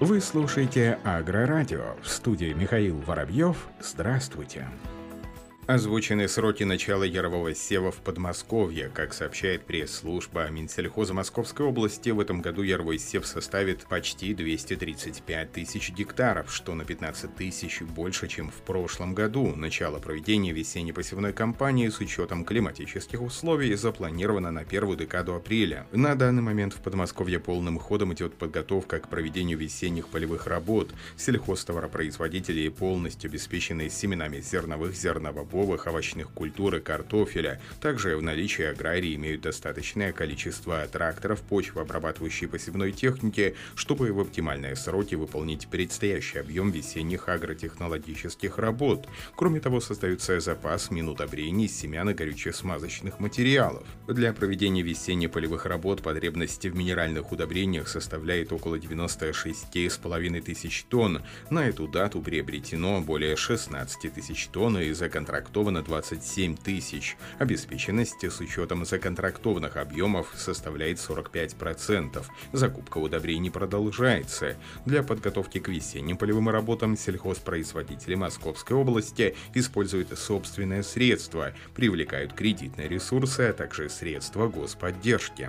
Вы слушаете Агрорадио. В студии Михаил Воробьев. Здравствуйте. Озвучены сроки начала ярового сева в Подмосковье. Как сообщает пресс-служба Минсельхоза Московской области, в этом году яровой сев составит почти 235 тысяч гектаров, что на 15 тысяч больше, чем в прошлом году. Начало проведения весенне-посевной кампании с учетом климатических условий запланировано на первую декаду апреля. На данный момент в Подмосковье полным ходом идет подготовка к проведению весенних полевых работ. Сельхозтоваропроизводители полностью обеспечены семенами зерновых, зерновобовых, овощных культур и картофеля. Также в наличии аграрии имеют достаточное количество тракторов, почвообрабатывающей посевной техники, чтобы в оптимальные сроки выполнить предстоящий объем весенних агротехнологических работ. Кроме того, создается запас мин удобрений, семян и горюче-смазочных материалов. Для проведения весенне-полевых работ потребность в минеральных удобрениях составляет около 96,5 тысяч тонн. На эту дату приобретено более 16 тысяч тонн и законтрактовано 27 тысяч. Обеспеченность с учетом законтрактованных объемов составляет 45%. Закупка удобрений продолжается. Для подготовки к весенним полевым работам сельхозпроизводители Московской области используют собственные средства, привлекают кредитные ресурсы, а также средства господдержки.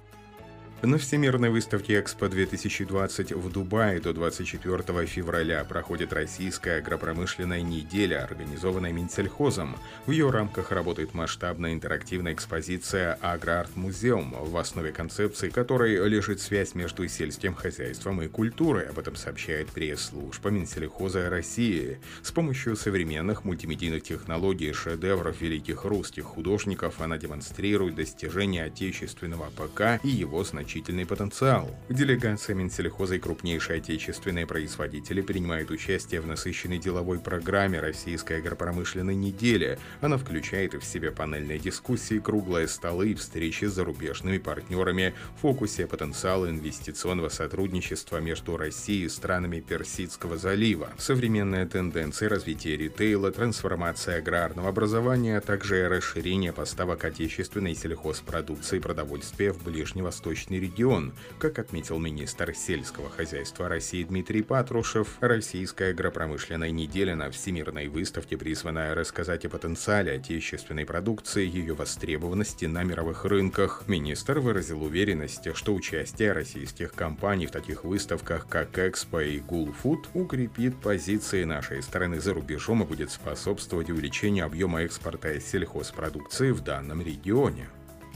На Всемирной выставке Экспо-2020 в Дубае до 24 февраля проходит Российская агропромышленная неделя, организованная Минсельхозом. В ее рамках работает масштабная интерактивная экспозиция «Агроарт-музеум», в основе концепции которой лежит связь между сельским хозяйством и культурой. Об этом сообщает пресс-служба Минсельхоза России. С помощью современных мультимедийных технологий, шедевров великих русских художников она демонстрирует достижения отечественного АПК и его значительный потенциал. Делегация Минсельхоза и крупнейшие отечественные производители принимают участие в насыщенной деловой программе Российской агропромышленной недели. Она включает в себя панельные дискуссии, круглые столы и встречи с зарубежными партнерами в фокусе потенциала инвестиционного сотрудничества между Россией и странами Персидского залива. Современные тенденции развития ритейла, трансформация аграрного образования, а также расширение поставок отечественной сельхозпродукции и продовольствия в ближневосточный регион. Как отметил министр сельского хозяйства России Дмитрий Патрушев, Российская агропромышленная неделя на Всемирной выставке призвана рассказать о потенциале отечественной продукции, ее востребованности на мировых рынках. Министр выразил уверенность, что участие российских компаний в таких выставках, как Экспо и Гулфуд, укрепит позиции нашей страны за рубежом и будет способствовать увеличению объема экспорта сельхозпродукции в данном регионе.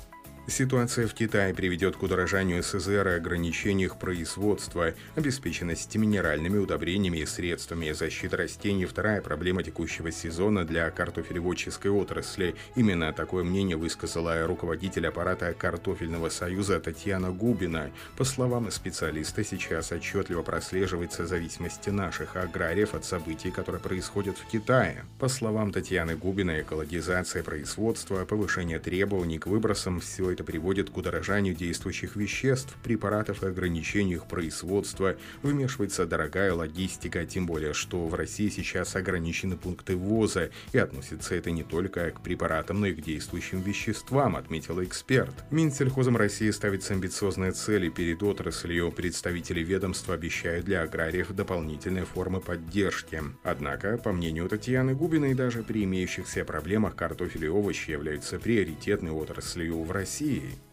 Ситуация в Китае приведет к удорожанию СЗР и ограничениях производства, обеспеченности минеральными удобрениями и средствами защиты растений – вторая проблема текущего сезона для картофелеводческой отрасли. Именно такое мнение высказала руководитель аппарата Картофельного союза Татьяна Губина. По словам специалиста, сейчас отчетливо прослеживается зависимость наших аграриев от событий, которые происходят в Китае. По словам Татьяны Губиной, экологизация производства, повышение требований к выбросам – все это приводит к удорожанию действующих веществ, препаратов и ограничению их производства. Вмешивается дорогая логистика, тем более, что в России сейчас ограничены пункты ввоза, и относится это не только к препаратам, но и к действующим веществам, отметил эксперт. Минсельхозом России ставится амбициозные цели перед отраслью. Представители ведомства обещают для аграриев дополнительные формы поддержки. Однако, по мнению Татьяны Губиной, даже при имеющихся проблемах картофель и овощи являются приоритетной отраслью в России.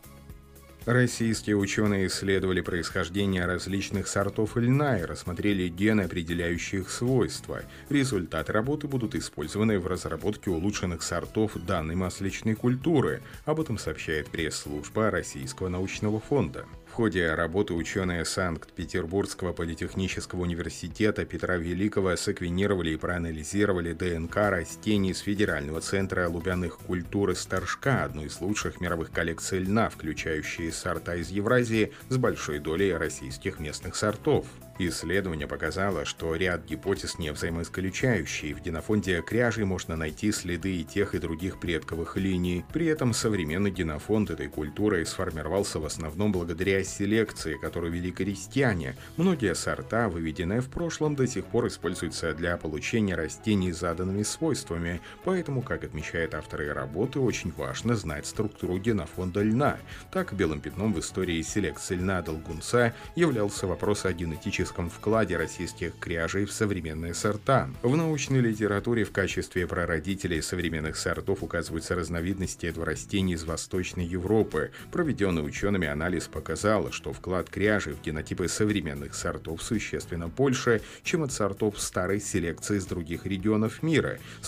Российские ученые исследовали происхождение различных сортов льна и рассмотрели гены, определяющие их свойства. Результаты работы будут использованы в разработке улучшенных сортов данной масличной культуры. Об этом сообщает пресс-служба Российского научного фонда. В ходе работы ученые Санкт-Петербургского политехнического университета Петра Великого секвенировали и проанализировали ДНК растений из Федерального центра лубяных культур из Торжка, одной из лучших мировых коллекций льна, включающие сорта из Евразии с большой долей российских местных сортов. Исследование показало, что ряд гипотез не взаимоисключающие. В генофонде кряжей можно найти следы и тех, и других предковых линий. При этом современный генофонд этой культуры сформировался в основном благодаря селекции, которую вели крестьяне. Многие сорта, выведенные в прошлом, до сих пор используются для получения растений с заданными свойствами. Поэтому, как отмечают авторы работы, очень важно знать структуру генофонда льна. Так, белым пятном в истории селекции льна долгунца являлся вопрос о генетическом историческом вкладе российских кряжей в современные сорта. В научной литературе в качестве прародителей современных сортов указываются разновидности этого растения из Восточной Европы. Проведенный учеными анализ показал, что вклад кряжи в генотипы современных сортов существенно больше, чем от сортов старой селекции из других регионов мира –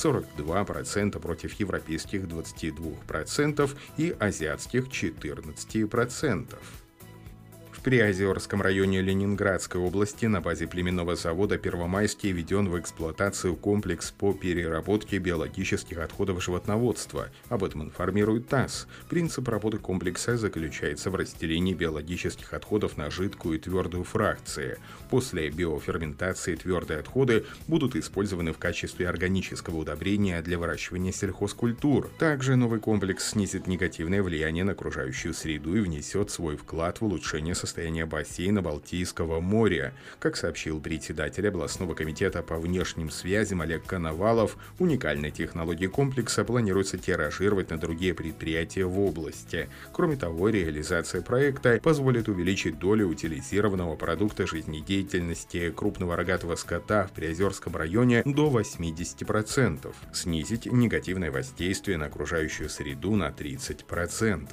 42% против европейских 22% и азиатских 14%. В Приозерском районе Ленинградской области на базе племенного завода «Первомайский» введен в эксплуатацию комплекс по переработке биологических отходов животноводства. Об этом информирует ТАСС. Принцип работы комплекса заключается в разделении биологических отходов на жидкую и твердую фракции. После биоферментации твердые отходы будут использованы в качестве органического удобрения для выращивания сельхозкультур. Также новый комплекс снизит негативное влияние на окружающую среду и внесет свой вклад в улучшение состояния бассейна Балтийского моря. Как сообщил председатель областного комитета по внешним связям Олег Коновалов, уникальные технологии комплекса планируется тиражировать на другие предприятия в области. Кроме того, реализация проекта позволит увеличить долю утилизированного продукта жизнедеятельности крупного рогатого скота в Приозерском районе до 80%, снизить негативное воздействие на окружающую среду на 30%.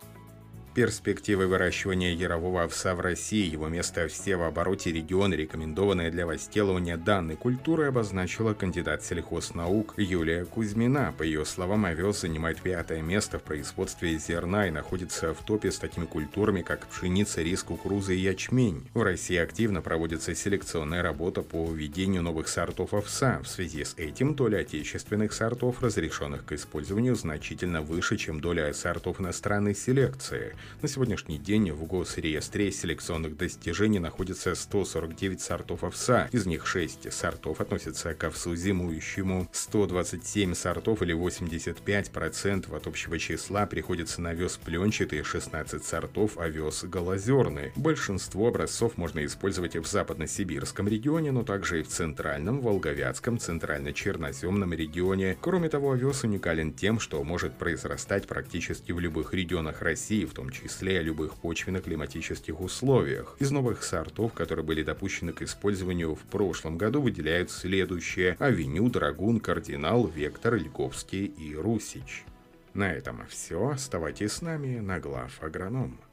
Перспективы выращивания ярового овса в России, его место в севообороте региона, рекомендованное для возделывания данной культуры, обозначила кандидат сельхознаук Юлия Кузьмина. По ее словам, овес занимает 5-е место в производстве зерна и находится в топе с такими культурами, как пшеница, рис, кукуруза и ячмень. В России активно проводится селекционная работа по введению новых сортов овса. В связи с этим доля отечественных сортов, разрешенных к использованию, значительно выше, чем доля сортов иностранной селекции. На сегодняшний день в Госреестре селекционных достижений находится 149 сортов овса, из них 6 сортов относятся к овсу зимующему, 127 сортов или 85% от общего числа приходится на овес пленчатый, 16 сортов овес голозерный. Большинство образцов можно использовать в западно-сибирском регионе, но также и в центральном, волговятском, центрально-черноземном регионе. Кроме того, овес уникален тем, что может произрастать практически в любых регионах России, в том числе о любых почвенно-климатических условиях. Из новых сортов, которые были допущены к использованию в прошлом году, выделяют следующие: Авеню, Драгун, Кардинал, Вектор, Льговский и Русич. На этом все. Оставайтесь с нами на Глав Агроном.